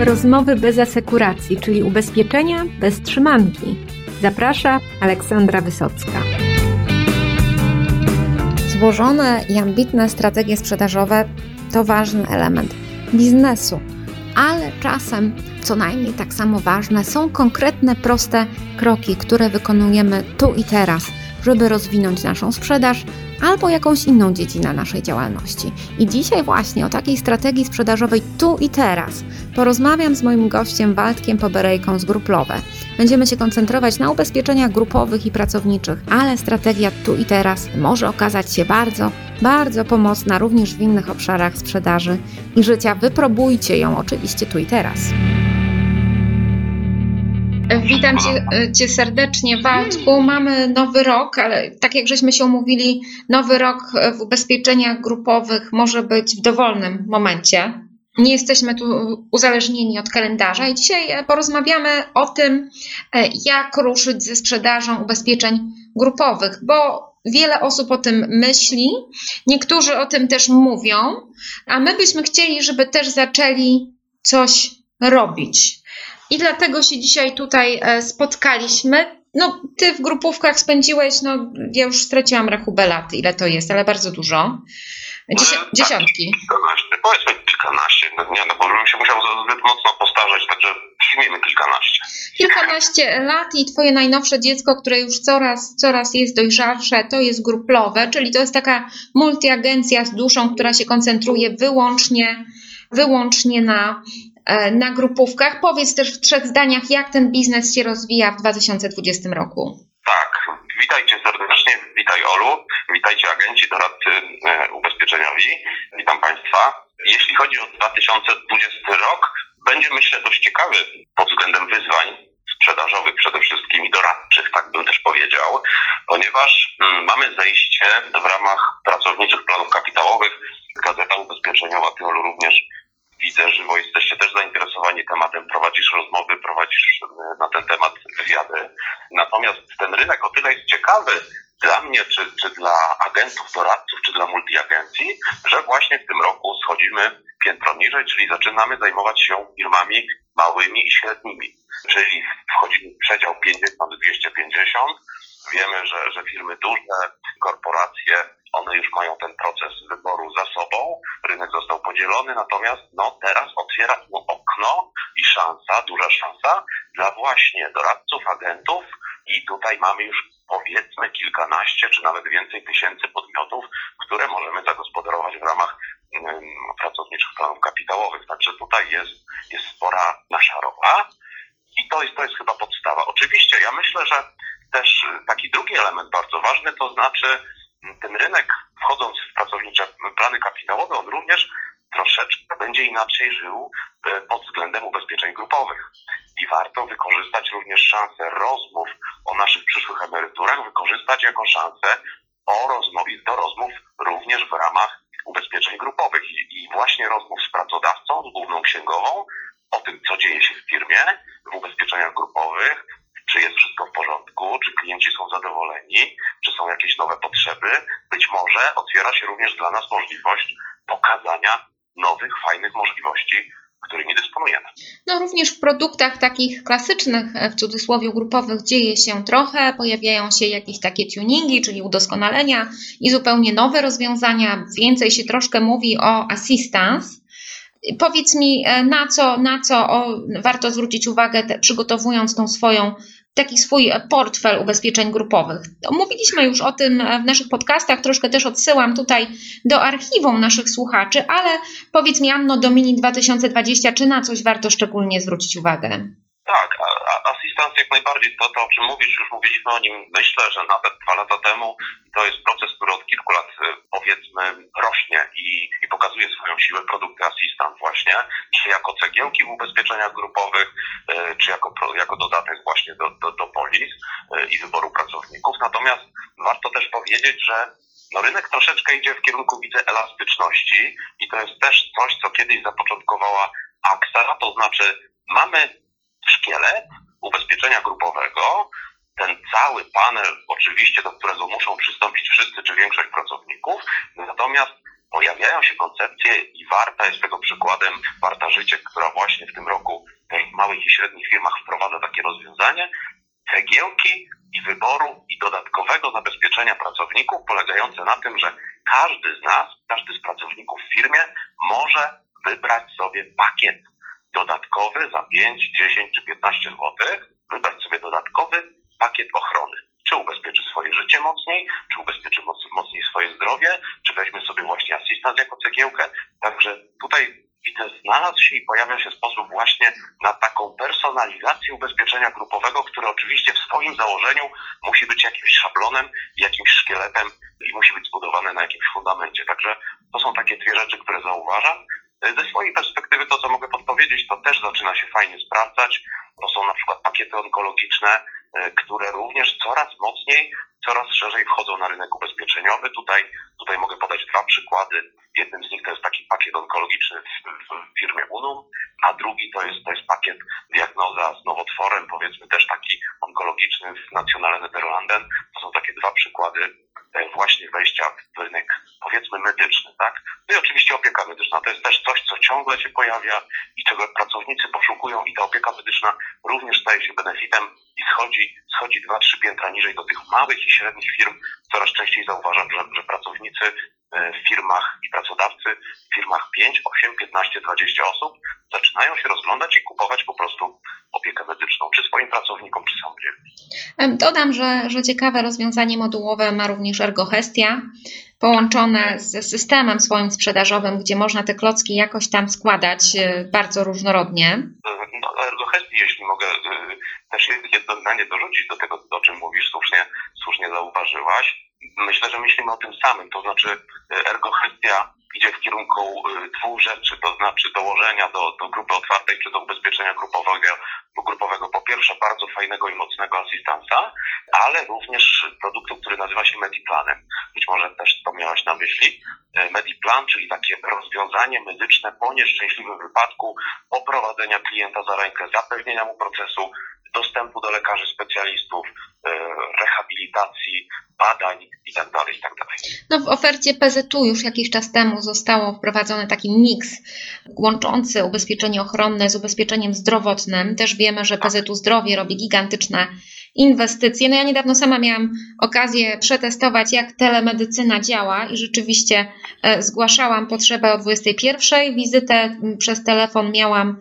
Rozmowy bez asekuracji, czyli ubezpieczenia bez trzymanki. Zaprasza Aleksandra Wysocka. Złożone i ambitne strategie sprzedażowe to ważny element biznesu, ale czasem co najmniej tak samo ważne są konkretne, proste kroki, które wykonujemy tu i teraz, żeby rozwinąć naszą sprzedaż albo jakąś inną dziedzinę naszej działalności. I dzisiaj właśnie o takiej strategii sprzedażowej tu i teraz porozmawiam z moim gościem Waldkiem Poberejką z Gruplowe. Będziemy się koncentrować na ubezpieczeniach grupowych i pracowniczych, ale strategia tu i teraz może okazać się bardzo, bardzo pomocna również w innych obszarach sprzedaży i życia. Wypróbujcie ją oczywiście tu i teraz. Witam Cię serdecznie, Waldku. Mamy nowy rok, ale tak jak żeśmy się umówili, nowy rok w ubezpieczeniach grupowych może być w dowolnym momencie. Nie jesteśmy tu uzależnieni od kalendarza i dzisiaj porozmawiamy o tym, jak ruszyć ze sprzedażą ubezpieczeń grupowych, bo wiele osób o tym myśli, niektórzy o tym też mówią, a my byśmy chcieli, żeby też zaczęli coś robić. I dlatego się dzisiaj tutaj spotkaliśmy. Ty w grupówkach spędziłeś, ja już straciłam rachubę lat, ile to jest, ale bardzo dużo. Dziesiątki. Kilkanaście, powiedzmy kilkanaście. Bo bym się musiał zbyt mocno postarzeć, także przyjmijmy kilkanaście. Kilkanaście lat i twoje najnowsze dziecko, które już coraz jest dojrzalsze, to jest Gruplowe, czyli to jest taka multiagencja z duszą, która się koncentruje wyłącznie na grupówkach. Powiedz też w 3 zdaniach, jak ten biznes się rozwija w 2020 roku. Tak, witajcie serdecznie, witaj Olu, witajcie agenci, doradcy ubezpieczeniowi, witam Państwa. Jeśli chodzi o 2020 rok, będzie myślę dość ciekawy pod względem wyzwań sprzedażowych przede wszystkim i doradczych, tak bym też powiedział, ponieważ mamy zejście w ramach pracowniczych planów kapitałowych. Gazeta Ubezpieczeniowa, Ty Olu również widzę żywo, jesteście też zainteresowani tematem, prowadzisz rozmowy, prowadzisz na ten temat wywiady. Natomiast ten rynek o tyle jest ciekawy dla mnie, czy dla agentów, doradców, czy dla multiagencji, że właśnie w tym roku schodzimy piętro niżej, czyli zaczynamy zajmować się firmami małymi i średnimi. Czyli wchodzimy w przedział 50-250. Wiemy, że firmy duże, korporacje, one już mają ten proces wyboru za sobą. Rynek został podzielony, natomiast teraz otwiera się okno i szansa, duża szansa dla właśnie doradców, agentów i tutaj mamy już powiedzmy kilkanaście czy nawet więcej tysięcy podmiotów, które możemy zagospodarować w ramach pracowniczych planów kapitałowych. Także tutaj jest spora nasza rola i to jest chyba podstawa. Oczywiście ja myślę, że też taki drugi element bardzo ważny, to znaczy ten rynek, wchodząc w pracownicze plany kapitałowe, on również troszeczkę będzie inaczej żył pod względem ubezpieczeń grupowych. I warto wykorzystać również szansę rozmów o naszych przyszłych emeryturach, wykorzystać jako szansę do rozmów również w ramach ubezpieczeń grupowych. I właśnie rozmów z pracodawcą, z główną księgową o tym, co dzieje się w firmie, w ubezpieczeniach grupowych, czy jest wszystko w porządku, czy klienci są zadowoleni, czy są jakieś nowe potrzeby. Być może otwiera się również dla nas możliwość pokazania nowych, fajnych możliwości, którymi dysponujemy. Również w produktach takich klasycznych, w cudzysłowie grupowych, dzieje się trochę, pojawiają się jakieś takie tuningi, czyli udoskonalenia i zupełnie nowe rozwiązania. Więcej się troszkę mówi o assistance. Powiedz mi, na co warto zwrócić uwagę, przygotowując taki swój portfel ubezpieczeń grupowych. Mówiliśmy już o tym w naszych podcastach, troszkę też odsyłam tutaj do archiwum naszych słuchaczy, ale powiedz mi, Anno Domini 2020, czy na coś warto szczególnie zwrócić uwagę? Tak, asystans jak najbardziej, to o czym mówisz, już mówiliśmy o nim, myślę, że nawet 2 lata temu. To jest proces, który od kilku lat powiedzmy rośnie i pokazuje swoją siłę, produkty asystant właśnie, czy jako cegiełki w ubezpieczeniach grupowych, czy jako dodatek właśnie do polis i wyboru pracowników. Natomiast warto też powiedzieć, że rynek troszeczkę idzie w kierunku, widzę, elastyczności i to jest też coś, co kiedyś zapoczątkowała AXA, to znaczy mamy szkielet ubezpieczenia grupowego, ten cały panel oczywiście, do którego muszą przystąpić wszyscy czy większość pracowników, natomiast pojawiają się koncepcje i Warta jest tego przykładem, Warta Życie, która właśnie w tym roku też w małych i średnich firmach wprowadza takie rozwiązanie cegiełki i wyboru i dodatkowego zabezpieczenia pracowników polegające na tym, że każdy z nas, każdy z pracowników w firmie może wybrać sobie pakiet dodatkowy za 5, 10 czy 15 zł, wybrać sobie dodatkowy pakiet ochrony. Czy ubezpieczy swoje życie mocniej, czy ubezpieczy mocniej swoje zdrowie, czy weźmie sobie właśnie asystans jako cegiełkę. Także tutaj widzę, znalazł się i pojawia się sposób właśnie na taką personalizację ubezpieczenia grupowego, które oczywiście w swoim założeniu musi być jakimś szablonem, jakimś szkieletem i musi być zbudowane na jakimś fundamencie. Także to są takie dwie rzeczy, które zauważam. Ze swojej perspektywy to, co mogę podpowiedzieć, to też zaczyna się fajnie sprawdzać. To są na przykład pakiety onkologiczne, które również coraz mocniej, coraz szerzej wchodzą na rynek ubezpieczeniowy. Tutaj mogę podać dwa przykłady. Jednym z nich to jest taki pakiet onkologiczny w firmie Unum, a drugi to jest pakiet diagnoza z nowotworem, powiedzmy też taki onkologiczny w Nationale Nederlanden. To są takie dwa przykłady właśnie wejścia w rynek, powiedzmy, medyczny, tak? No i oczywiście opieka medyczna to jest też coś, co ciągle się pojawia i czego pracownicy poszukują i ta opieka medyczna również staje się benefitem i schodzi 2-3 piętra niżej do tych małych i średnich firm. Coraz częściej zauważam, że pracownicy w firmach i pracodawcy w firmach 5, 8, 15, 20 osób zaczynają się rozglądać i kupować po prostu opiekę medyczną, czy swoim pracownikom, czy sobie. Dodam, że ciekawe rozwiązanie modułowe ma również Ergohestia, połączone z systemem swoim sprzedażowym, gdzie można te klocki jakoś tam składać bardzo różnorodnie. No, Ergohestii, jeśli mogę też jedno zdanie dorzucić do tego, o czym mówisz, słusznie zauważyłaś. Myślę, że myślimy o tym samym, to znaczy Ergohestia idzie w kierunku dwóch rzeczy, to znaczy dołożenia do grupy otwartej czy do ubezpieczenia grupowego po pierwsze bardzo fajnego i mocnego asystansa, ale również produktu, który nazywa się Mediplanem. Być może też to miałaś na myśli. Mediplan, czyli takie rozwiązanie medyczne po nieszczęśliwym wypadku, poprowadzenia klienta za rękę, zapewnienia mu procesu, dostępu do lekarzy specjalistów, rehabilitacji, badań itd. No w ofercie PZU już jakiś czas temu zostało wprowadzony taki miks łączący ubezpieczenie ochronne z ubezpieczeniem zdrowotnym. Też wiemy, że PZU Zdrowie robi gigantyczne inwestycje. No ja niedawno sama miałam okazję przetestować, jak telemedycyna działa i rzeczywiście zgłaszałam potrzebę o 21:00. Wizytę przez telefon miałam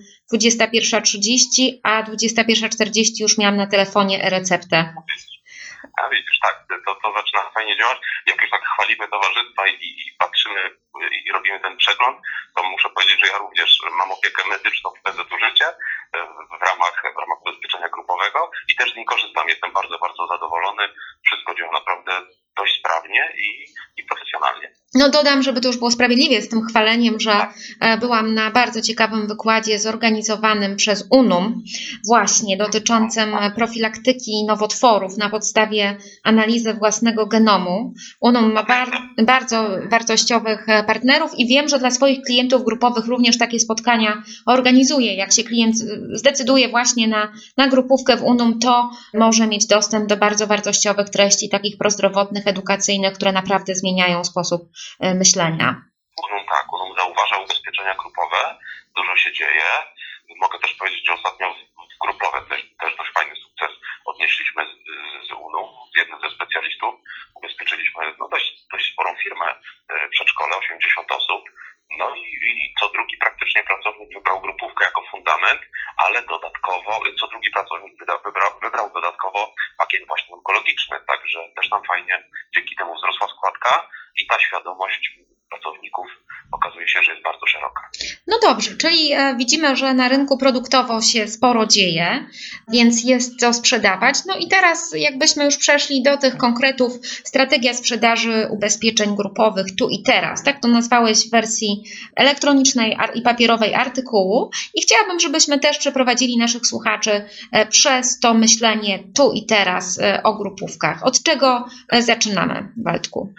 21:30, a 21:40 już miałam na telefonie e-receptę. A widzisz, tak, to zaczyna fajnie działać. Jak już tak chwalimy towarzystwa i patrzymy i robimy ten przegląd, to muszę powiedzieć, że ja również mam opiekę medyczną w PZU Życie w ramach ubezpieczenia grupowego i też z niej korzystam. Jestem bardzo, bardzo zadowolony. Wszystko działa naprawdę dość sprawnie i profesjonalnie. No dodam, żeby to już było sprawiedliwie z tym chwaleniem, że byłam na bardzo ciekawym wykładzie zorganizowanym przez Unum, właśnie dotyczącym profilaktyki nowotworów na podstawie analizy własnego genomu. Unum ma bardzo wartościowych partnerów i wiem, że dla swoich klientów grupowych również takie spotkania organizuje. Jak się klient zdecyduje właśnie na grupówkę w Unum, to może mieć dostęp do bardzo wartościowych treści, takich prozdrowotnych, edukacyjnych, które naprawdę zmieniają sposób myślenia. Unum zauważa ubezpieczenia grupowe, dużo się dzieje. Mogę też powiedzieć, że ostatnio w grupowe też dość fajny sukces odnieśliśmy z Unum, z jednym ze specjalistów. Ubezpieczyliśmy dość sporą firmę, przedszkole, 80 osób. No i co drugi praktycznie pracownik wybrał grupówkę jako fundament, ale dodatkowo co drugi pracownik wybrał dodatkowo pakiet właśnie onkologiczny, także też nam fajnie dzięki temu wzrosła składka i ta świadomość pracowników okazuje się, że jest bardzo szeroka. No dobrze, czyli widzimy, że na rynku produktowo się sporo dzieje, więc jest co sprzedawać. No i teraz jakbyśmy już przeszli do tych konkretów, strategia sprzedaży ubezpieczeń grupowych tu i teraz. Tak to nazwałeś w wersji elektronicznej i papierowej artykułu i chciałabym, żebyśmy też przeprowadzili naszych słuchaczy przez to myślenie tu i teraz o grupówkach. Od czego zaczynamy, Waldku?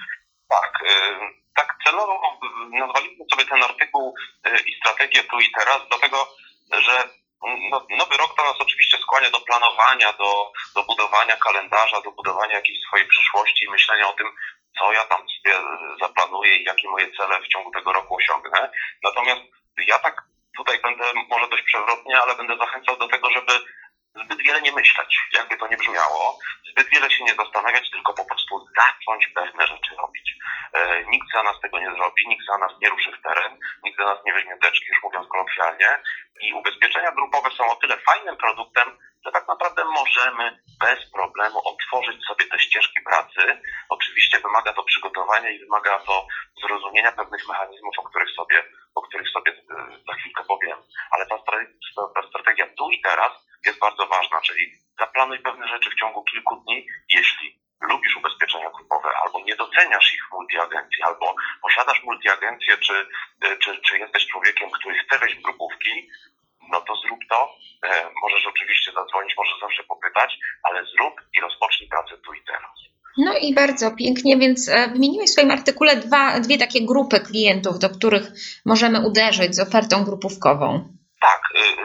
Tak celowo nazwaliśmy sobie ten artykuł i strategię tu i teraz, dlatego że nowy rok to nas oczywiście skłania do planowania, do budowania kalendarza, do budowania jakiejś swojej przyszłości i myślenia o tym, co ja tam sobie zaplanuję i jakie moje cele w ciągu tego roku osiągnę. Natomiast ja tak tutaj będę, może dość przewrotnie, ale będę zachęcał do tego, żeby zbyt wiele nie myśleć, jakby to nie brzmiało, zbyt wiele się nie zastanawiać, tylko po prostu zacząć pewne rzeczy robić. Nikt za nas tego nie zrobi, nikt za nas nie ruszy w teren, nikt za nas nie weźmie teczki, już mówiąc kolokwialnie. I ubezpieczenia grupowe są o tyle fajnym produktem, że tak naprawdę możemy bez problemu otworzyć sobie te ścieżki pracy. Oczywiście wymaga to przygotowania i wymaga to zrozumienia pewnych mechanizmów, o których sobie za chwilkę powiem. Ale ta strategia tu i teraz jest bardzo ważna, czyli zaplanuj pewne rzeczy w ciągu kilku dni, jeśli lubisz ubezpieczenia grupowe, albo nie doceniasz ich w multiagencji, albo posiadasz multiagencję, czy jesteś człowiekiem, który chce wejść w grupówki, no to zrób to. Możesz oczywiście zadzwonić, możesz zawsze popytać, ale zrób i rozpocznij pracę tu i teraz. No i bardzo pięknie, więc wymieniłeś w swoim artykule dwie takie grupy klientów, do których możemy uderzyć z ofertą grupówkową. Tak,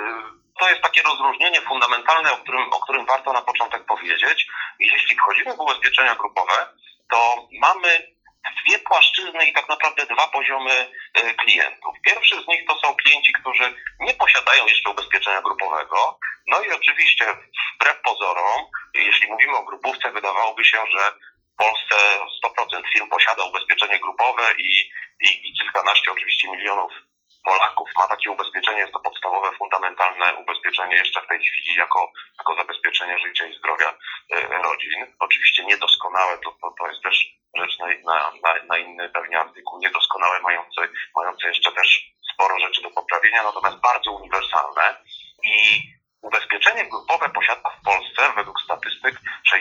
to jest takie rozróżnienie fundamentalne, o którym warto na początek powiedzieć. Jeśli wchodzimy w ubezpieczenia grupowe, to mamy dwie płaszczyzny i tak naprawdę dwa poziomy klientów. Pierwszy z nich to są klienci, którzy nie posiadają jeszcze ubezpieczenia grupowego. No i oczywiście wbrew pozorom, jeśli mówimy o grupówce, wydawałoby się, że w Polsce 100% firm posiada ubezpieczenie grupowe i kilkanaście oczywiście milionów Polaków ma takie ubezpieczenie. Jest to podstawowe, fundamentalne ubezpieczenie jeszcze w tej chwili jako zabezpieczenie życia i zdrowia rodzin. Oczywiście niedoskonałe, to jest też rzecz na inny pewnie artykuł, niedoskonałe, mające jeszcze też sporo rzeczy do poprawienia, natomiast bardzo uniwersalne. I ubezpieczenie grupowe posiada w Polsce według statystyk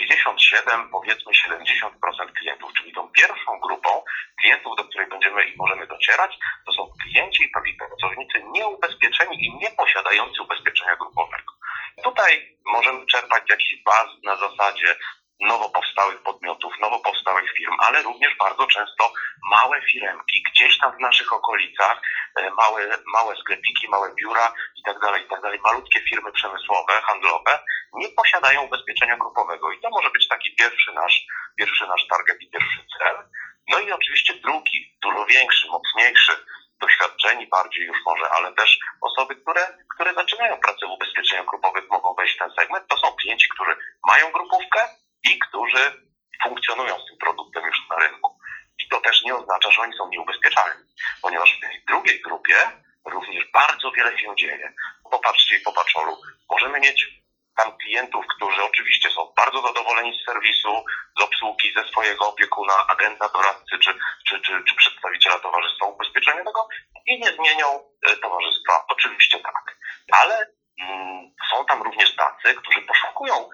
67, powiedzmy 70% klientów, czyli tą pierwszą grupą klientów, do której będziemy i możemy docierać, to są klienci i pracownicy nieubezpieczeni i nie posiadający ubezpieczenia grupowego. Tutaj możemy czerpać z jakichś baz na zasadzie nowo powstałych podmiotów, nowo powstałych firm, ale również bardzo często małe firemki gdzieś tam w naszych okolicach, małe sklepiki, małe biura i tak dalej, malutkie firmy przemysłowe, handlowe nie posiadają ubezpieczenia grupowego i to może być taki pierwszy nasz target i pierwszy cel. No i oczywiście drugi, dużo większy, mocniejszy, doświadczeni bardziej już może, ale też osoby, które zaczynają pracę w ubezpieczeniach grupowych, mogą wejść w ten segment. To są klienci, którzy mają grupówkę i którzy funkcjonują z tym produktem już na rynku. I to też nie oznacza, że oni są nieubezpieczalni, ponieważ w tej drugiej grupie również bardzo wiele się dzieje. Popatrzcie i popatrz, Olu, możemy mieć tam klientów, którzy oczywiście są bardzo zadowoleni z serwisu, z obsługi, ze swojego opiekuna, agenta, doradcy czy przedstawiciela towarzystwa ubezpieczeniowego i nie zmienią towarzystwa. Oczywiście tak. Ale są tam również tacy, którzy poszukują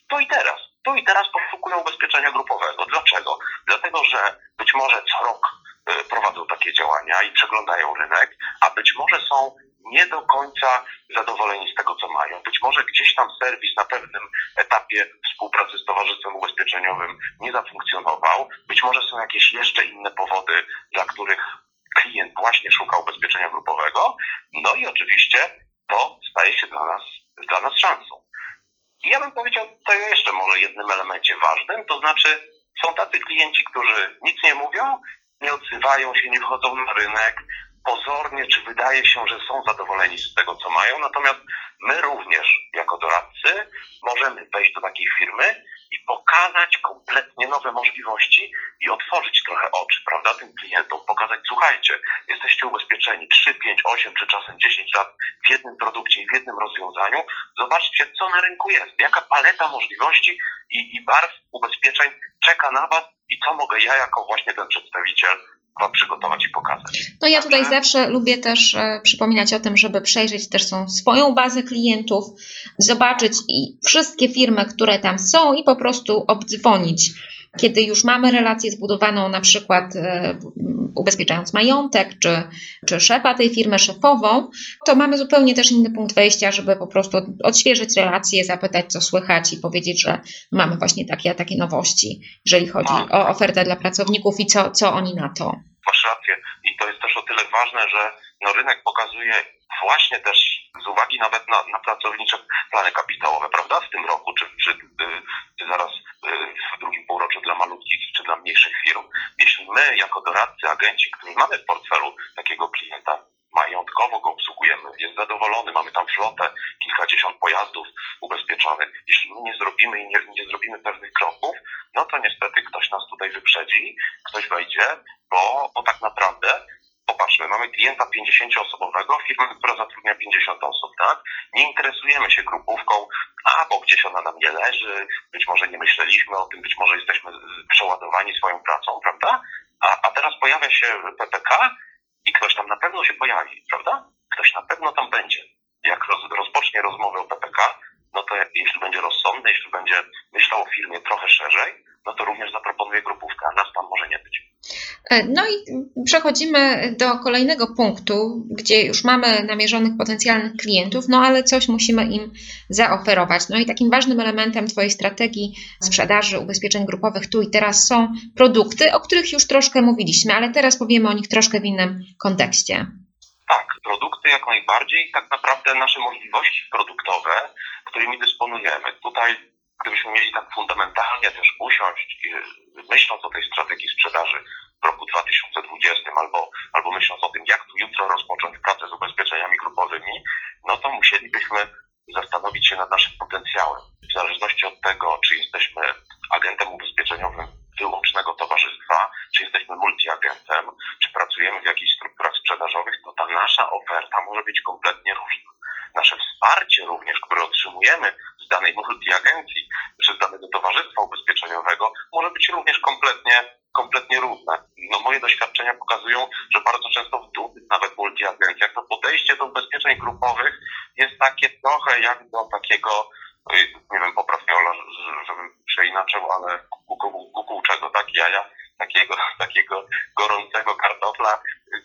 tu i teraz poszukują ubezpieczenia grupowego. Dlaczego? Dlatego, że być może co rok prowadzą takie działania i przeglądają rynek, a być może są nie do końca zadowoleni z tego, co mają. Być może gdzieś tam serwis na pewnym etapie współpracy z towarzystwem ubezpieczeniowym nie zafunkcjonował. Być może są jakieś jeszcze inne powody, dla których klient właśnie szuka ubezpieczenia grupowego. No i oczywiście to staje się dla nas szansą. I ja bym powiedział tutaj jeszcze może jednym elemencie ważnym, to znaczy są tacy klienci, którzy nic nie mówią, nie odzywają się, nie wchodzą na rynek, pozornie, czy wydaje się, że są zadowoleni z tego, co mają, natomiast my również jako doradcy możemy wejść do takiej firmy i pokazać kompletnie nowe możliwości i otworzyć trochę oczy, prawda, tym klientom, pokazać, słuchajcie, jesteście ubezpieczeni 3, 5, 8 czy czasem 10 lat w jednym produkcie i w jednym rozwiązaniu, zobaczcie, co na rynku jest, jaka paleta możliwości i barw ubezpieczeń czeka na Was i co mogę ja jako właśnie ten przedstawiciel Wam przygotować i pokazać. No ja tutaj zawsze lubię też przypominać o tym, żeby przejrzeć też swoją bazę klientów, zobaczyć i wszystkie firmy, które tam są i po prostu obdzwonić. Kiedy już mamy relację zbudowaną, na przykład ubezpieczając majątek, czy szefa tej firmy, szefową, to mamy zupełnie też inny punkt wejścia, żeby po prostu odświeżyć relacje, zapytać, co słychać i powiedzieć, że mamy właśnie takie a takie nowości, jeżeli chodzi o ofertę dla pracowników i co oni na to. Masz rację i to jest też o tyle ważne, że rynek pokazuje właśnie też z uwagi nawet na pracownicze plany kapitałowe, prawda, w tym roku, czy zaraz w drugim półroczu dla malutkich, czy dla mniejszych firm. Jeśli my jako doradcy, agenci, którzy mamy w portfelu takiego klienta, majątkowo go obsługujemy, jest zadowolony, mamy tam flotę, kilkadziesiąt pojazdów ubezpieczonych. Jeśli my nie zrobimy i nie zrobimy pewnych kroków, no to niestety ktoś nas tutaj wyprzedzi, ktoś wejdzie, bo tak naprawdę, popatrzmy, mamy klienta 50-osobowego, firmę, która zatrudnia 50 osób, tak? Nie interesujemy się grupówką, bo gdzieś ona nam nie leży, być może nie myśleliśmy o tym, być może jesteśmy przeładowani swoją pracą, prawda? A teraz pojawia się PPK i ktoś tam na pewno się pojawi, prawda? Ktoś na pewno tam będzie. Jak rozpocznie rozmowę o PPK, no to jeśli będzie rozsądny, jeśli będzie myślał o firmie trochę szerzej, no to również zaproponuje grupówkę, a nas tam może nie być. No i przechodzimy do kolejnego punktu, gdzie już mamy namierzonych potencjalnych klientów, no ale coś musimy im zaoferować. No i takim ważnym elementem Twojej strategii sprzedaży ubezpieczeń grupowych tu i teraz są produkty, o których już troszkę mówiliśmy, ale teraz powiemy o nich troszkę w innym kontekście. Tak, produkty jak najbardziej, tak naprawdę nasze możliwości produktowe, którymi dysponujemy. Tutaj, gdybyśmy mieli tak fundamentalnie też usiąść, myśląc o tej strategii sprzedaży w roku 2020 albo myśląc o tym, jak tu jutro rozpocząć pracę z ubezpieczeniami grupowymi, no to musielibyśmy zastanowić się nad naszym potencjałem. W zależności od tego, czy jesteśmy agentem ubezpieczeniowym wyłącznego towarzystwa, czy jesteśmy multiagentem, czy pracujemy w jakichś strukturach sprzedażowych, to ta nasza oferta może być kompletnie różna. Nasze wsparcie również, które otrzymujemy z danej multiagencji, czy z danego towarzystwa ubezpieczeniowego, może być również kompletnie różne. No, moje doświadczenia pokazują, że bardzo często w dużych nawet multiagencjach to podejście do ubezpieczeń grupowych jest takie trochę jak do takiego, nie wiem, popraw mnie Ola, żebym przeinaczył, ale kukułczego, tak, jaja, takiego gorącego kartofla,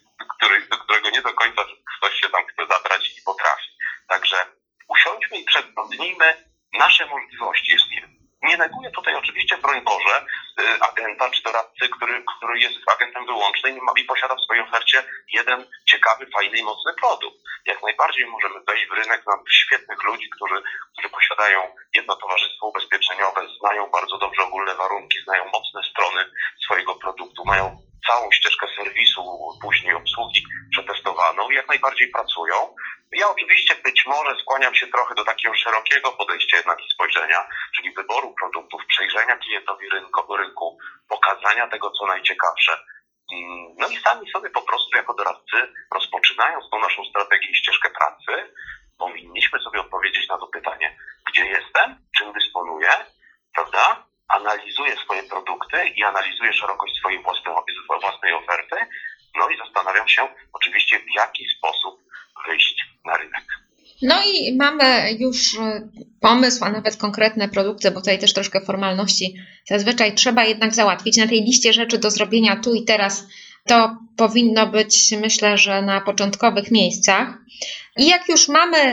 do którego nie do końca ktoś się tam chce zabrać i potrafi. Także usiądźmy i przeglądnijmy nasze możliwości. Nie neguję tutaj oczywiście, broń Boże, agenta czy doradcy, który jest agentem wyłącznym i posiada w swojej ofercie jeden ciekawy, fajny i mocny produkt. Jak najbardziej możemy wejść w rynek, znam świetnych ludzi, którzy posiadają jedno towarzystwo ubezpieczeniowe, znają bardzo dobrze ogólne warunki, znają mocne strony swojego produktu, mają całą ścieżkę serwisu, później obsługi przetestowaną i jak najbardziej pracują. Ja oczywiście być może skłaniam się trochę do takiego szerokiego podejścia jednak i spojrzenia, czyli wyboru produktów, przejrzenia klientowi rynku, pokazania tego, co najciekawsze. No i sami sobie po prostu jako doradcy, rozpoczynając tą naszą strategię i ścieżkę pracy, powinniśmy sobie odpowiedzieć na to pytanie, gdzie jestem, czym dysponuję, prawda? Analizuję swoje produkty i analizuję szerokość swojej własnej oferty, no i zastanawiam się oczywiście, w jaki sposób wyjść na rynek. No i mamy już pomysł, a nawet konkretne produkty, bo tutaj też troszkę formalności zazwyczaj trzeba jednak załatwić. Na tej liście rzeczy do zrobienia tu i teraz to powinno być, myślę, że na początkowych miejscach. I jak już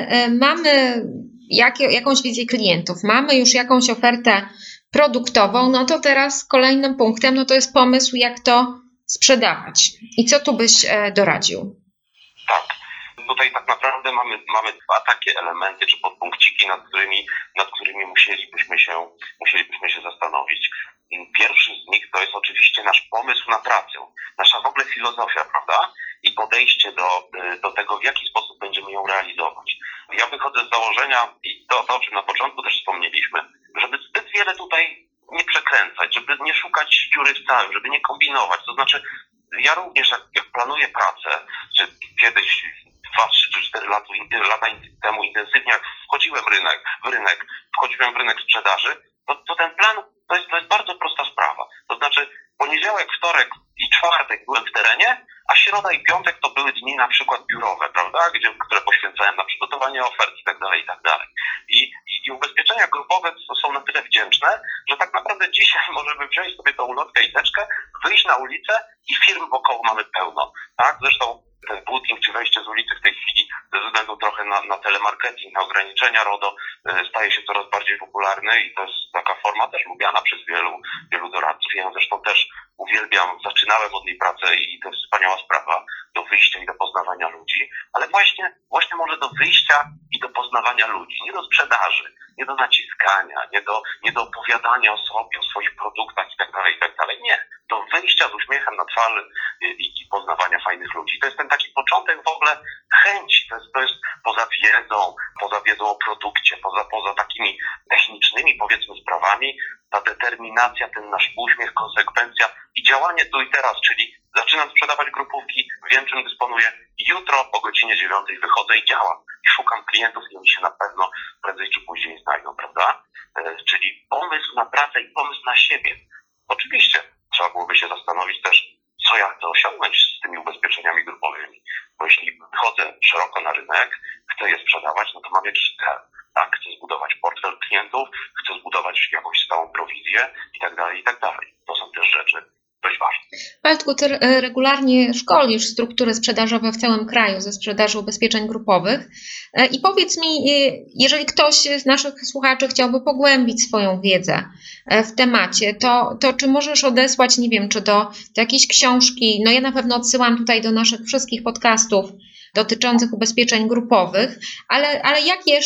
mamy jakąś wizję klientów, mamy już jakąś ofertę produktową, no to teraz kolejnym punktem, no to jest pomysł, jak to sprzedawać. I co tu byś doradził? Tak. Tutaj tak naprawdę mamy dwa takie elementy, czy podpunkciki, nad którymi musielibyśmy się zastanowić. Pierwszy z nich to jest oczywiście nasz pomysł na pracę, nasza w ogóle filozofia, prawda? I podejście do tego, w jaki sposób będziemy ją realizować. Ja wychodzę z założenia, i to o czym na początku też wspomnieliśmy, żeby zbyt wiele tutaj nie przekręcać, żeby nie szukać dziury w całym, żeby nie kombinować. To znaczy, ja również jak planuję pracę, czy kiedyś 2, 3 czy 4 lata temu intensywnie, jak wchodziłem w rynek sprzedaży, to ten plan to jest bardzo prosta sprawa. To znaczy poniedziałek, wtorek i czwartek byłem w terenie, a środa i piątek to były dni na przykład biurowe, prawda, które poświęcałem na przygotowanie ofert i tak dalej. I ubezpieczenia grupowe są na tyle wdzięczne, że tak naprawdę dzisiaj możemy wziąć sobie tą ulotkę i teczkę, wyjść na ulicę i firm wokoło mamy pełno, tak? Zresztą ten booking czy wejście z ulicy w tej chwili ze względu trochę na telemarketing, na ograniczenia RODO staje się coraz bardziej popularny i to jest taka forma też lubiana przez wielu doradców. Ja ją zresztą też uwielbiam, zaczynałem od niej pracę i to jest wspaniała sprawa do wyjścia i do poznawania ludzi. ale właśnie może do wyjścia i do poznawania ludzi, nie do sprzedaży, nie do naciskania, nie do opowiadania o sobie, o swoich produktach i tak dalej. Nie, do wyjścia z uśmiechem na twarzy i poznawania fajnych ludzi. To jest ten taki początek w ogóle chęci, to jest poza wiedzą o produkcie, poza takimi technicznymi, powiedzmy, sprawami, ta determinacja, ten nasz uśmiech, konsekwencja i działanie tu i teraz, czyli zaczynam sprzedawać grupówki, wiem czym dysponuję, jutro o godzinie 9 wychodzę i działam. I szukam klientów i oni się na pewno prędzej czy później znajdą, prawda? Czyli pomysł na pracę i pomysł na siebie. Oczywiście trzeba byłoby się zastanowić też, co ja chcę osiągnąć z tymi ubezpieczeniami grupowymi. Bo jeśli wychodzę szeroko na rynek, chcę je sprzedawać, no to mam jakiś cel. Tak, chcę zbudować portfel klientów, chcę zbudować jakąś stałą prowizję i tak dalej. To są też rzeczy dość ważne. Waldku, ty regularnie szkolisz struktury sprzedażowe w całym kraju ze sprzedaży ubezpieczeń grupowych. I powiedz mi, jeżeli ktoś z naszych słuchaczy chciałby pogłębić swoją wiedzę w temacie, to czy możesz odesłać, nie wiem, czy do jakiejś książki? No ja na pewno odsyłam tutaj do naszych wszystkich podcastów dotyczących ubezpieczeń grupowych, ale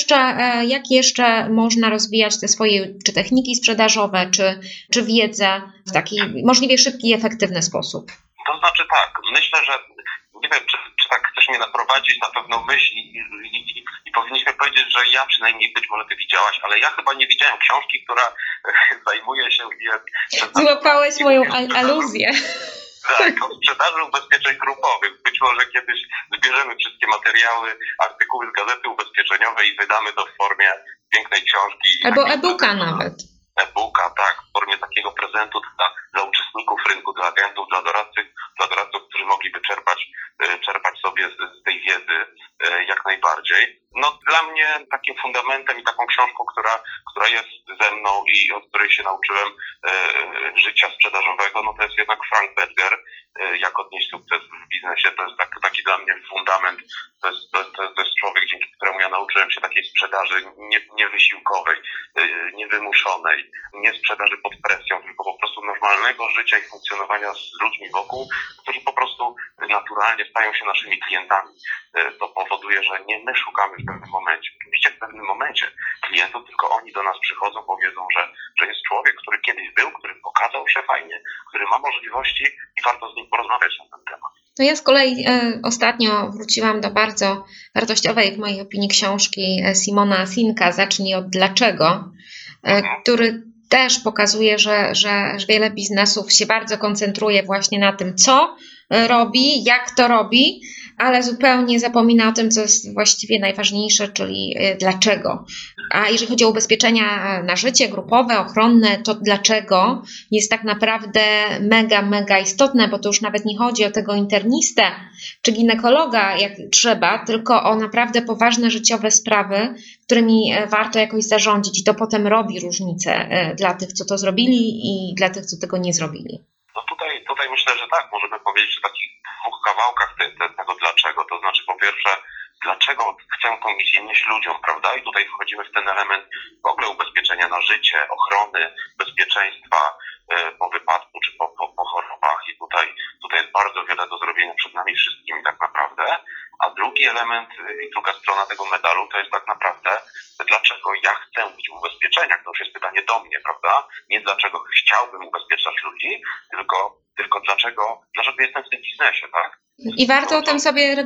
jak jeszcze można rozwijać te swoje czy techniki sprzedażowe, czy wiedzę w taki możliwie szybki i efektywny sposób? To znaczy tak, myślę, że nie wiem, czy tak chcesz mnie naprowadzić na pewną myśl i powinniśmy powiedzieć, że ja przynajmniej, być może ty widziałaś, ale ja chyba nie widziałem książki, która zajmuje się... Złapałeś moją aluzję. Tak, o sprzedaży ubezpieczeń grupowych. Być może kiedyś zbierzemy wszystkie materiały, artykuły z Gazety Ubezpieczeniowej i wydamy to w formie pięknej książki. Albo e-booka nawet. E-booka, tak, w formie takiego prezentu dla uczestników rynku, dla agentów, dla doradców, którzy mogliby czerpać sobie z tej wiedzy jak najbardziej. No dla mnie takim fundamentem i taką książką, która jest ze mną i od której się nauczyłem życia sprzedażowego, no to jest jednak Frank Bettger, Jak odnieść sukces w biznesie. To jest taki dla mnie fundament. To jest człowiek, dzięki któremu ja nauczyłem się takiej sprzedaży niewysiłkowej, niewymuszonej, nie sprzedaży pod presją, tylko po prostu normalnego życia i funkcjonowania z ludźmi wokół, którzy po prostu naturalnie stają się naszymi klientami. To powoduje, że nie my szukamy w pewnym momencie. Oczywiście w pewnym momencie klientów, tylko oni do nas przychodzą, powiedzą, że jest człowiek, który kiedyś był, który pokazał się fajnie, który ma możliwości i warto z nim porozmawiać na ten temat. No ja z kolei ostatnio wróciłam do bardzo wartościowej w mojej opinii książki Simona Sinka Zacznij od dlaczego, który też pokazuje, że wiele biznesów się bardzo koncentruje właśnie na tym, co robi, jak to robi, ale zupełnie zapomina o tym, co jest właściwie najważniejsze, czyli dlaczego. A jeżeli chodzi o ubezpieczenia na życie grupowe, ochronne, to dlaczego jest tak naprawdę mega istotne, bo to już nawet nie chodzi o tego internistę czy ginekologa jak trzeba, tylko o naprawdę poważne życiowe sprawy, którymi warto jakoś zarządzić i to potem robi różnicę dla tych, co to zrobili i dla tych, co tego nie zrobili. No tutaj myślę, że tak, możemy powiedzieć o takich dwóch kawałkach tego dlaczego. To znaczy po pierwsze, dlaczego chcę tą misję nieść ludziom, prawda? I tutaj wchodzimy w ten element w ogóle ubezpieczenia na życie, ochrony, bezpieczeństwa po wypadku czy po chorobach. I tutaj jest bardzo wiele do zrobienia przed nami wszystkimi tak naprawdę. A drugi element i druga strona tego medalu to jest tak naprawdę dlaczego ja chcę być w ubezpieczeniach. To już jest pytanie do mnie, prawda? Nie dlaczego chciałbym ubezpieczać ludzi, tylko dlaczego jestem w tym biznesie, tak? I warto o tym sobie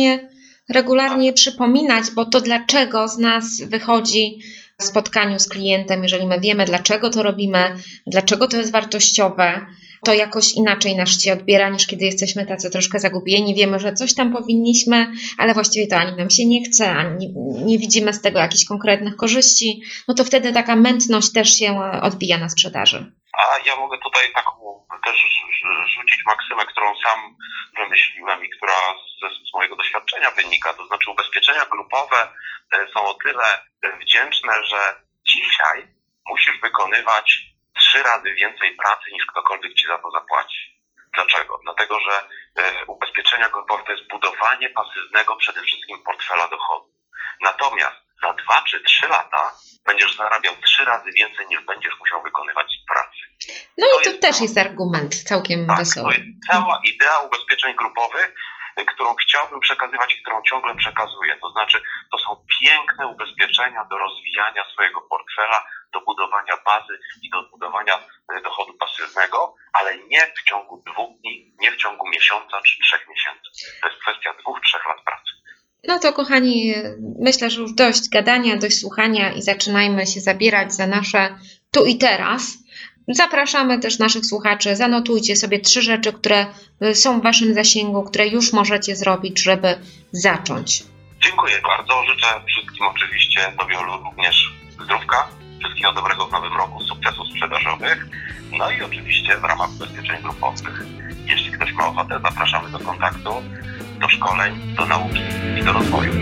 regularnie przypominać, bo to dlaczego z nas wychodzi w spotkaniu z klientem, jeżeli my wiemy, dlaczego to robimy, dlaczego to jest wartościowe, to jakoś inaczej nas się odbiera, niż kiedy jesteśmy tacy troszkę zagubieni, wiemy, że coś tam powinniśmy, ale właściwie to ani nam się nie chce, ani nie widzimy z tego jakichś konkretnych korzyści, no to wtedy taka mętność też się odbija na sprzedaży. A ja mogę tutaj taką też rzucić maksymę, którą sam wymyśliłem i która z mojego doświadczenia wynika, to znaczy ubezpieczenia grupowe są o tyle wdzięczne, że dzisiaj musisz wykonywać 3 razy więcej pracy niż ktokolwiek ci za to zapłaci. Dlaczego? Dlatego, że ubezpieczenia grupowe to jest budowanie pasywnego przede wszystkim portfela dochodu. Natomiast za 2 czy 3 lata będziesz zarabiał 3 razy więcej niż będziesz musiał wykonywać pracy. No i to też jest argument całkiem wesoły. To jest cała idea ubezpieczeń grupowych którą chciałbym przekazywać i którą ciągle przekazuję. To znaczy, to są piękne ubezpieczenia do rozwijania swojego portfela, do budowania bazy i do budowania dochodu pasywnego, ale nie w ciągu 2 dni, nie w ciągu miesiąca czy 3 miesięcy. To jest kwestia 2-3 lat pracy. No to kochani, myślę, że już dość gadania, dość słuchania i zaczynajmy się zabierać za nasze tu i teraz. Zapraszamy też naszych słuchaczy, zanotujcie sobie 3 rzeczy, które są w waszym zasięgu, które już możecie zrobić, żeby zacząć. Dziękuję bardzo. Życzę wszystkim oczywiście, Tobie Olu, również zdrówka, wszystkiego dobrego w nowym roku, sukcesów sprzedażowych, no i oczywiście w ramach ubezpieczeń grupowych. Jeśli ktoś ma ochotę, zapraszamy do kontaktu, do szkoleń, do nauki i do rozwoju.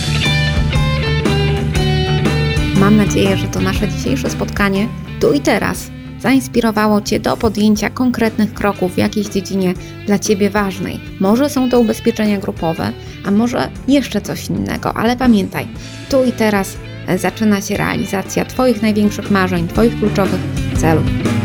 Mam nadzieję, że to nasze dzisiejsze spotkanie tu i teraz zainspirowało Cię do podjęcia konkretnych kroków w jakiejś dziedzinie dla Ciebie ważnej. Może są to ubezpieczenia grupowe, a może jeszcze coś innego, ale pamiętaj, tu i teraz zaczyna się realizacja Twoich największych marzeń, Twoich kluczowych celów.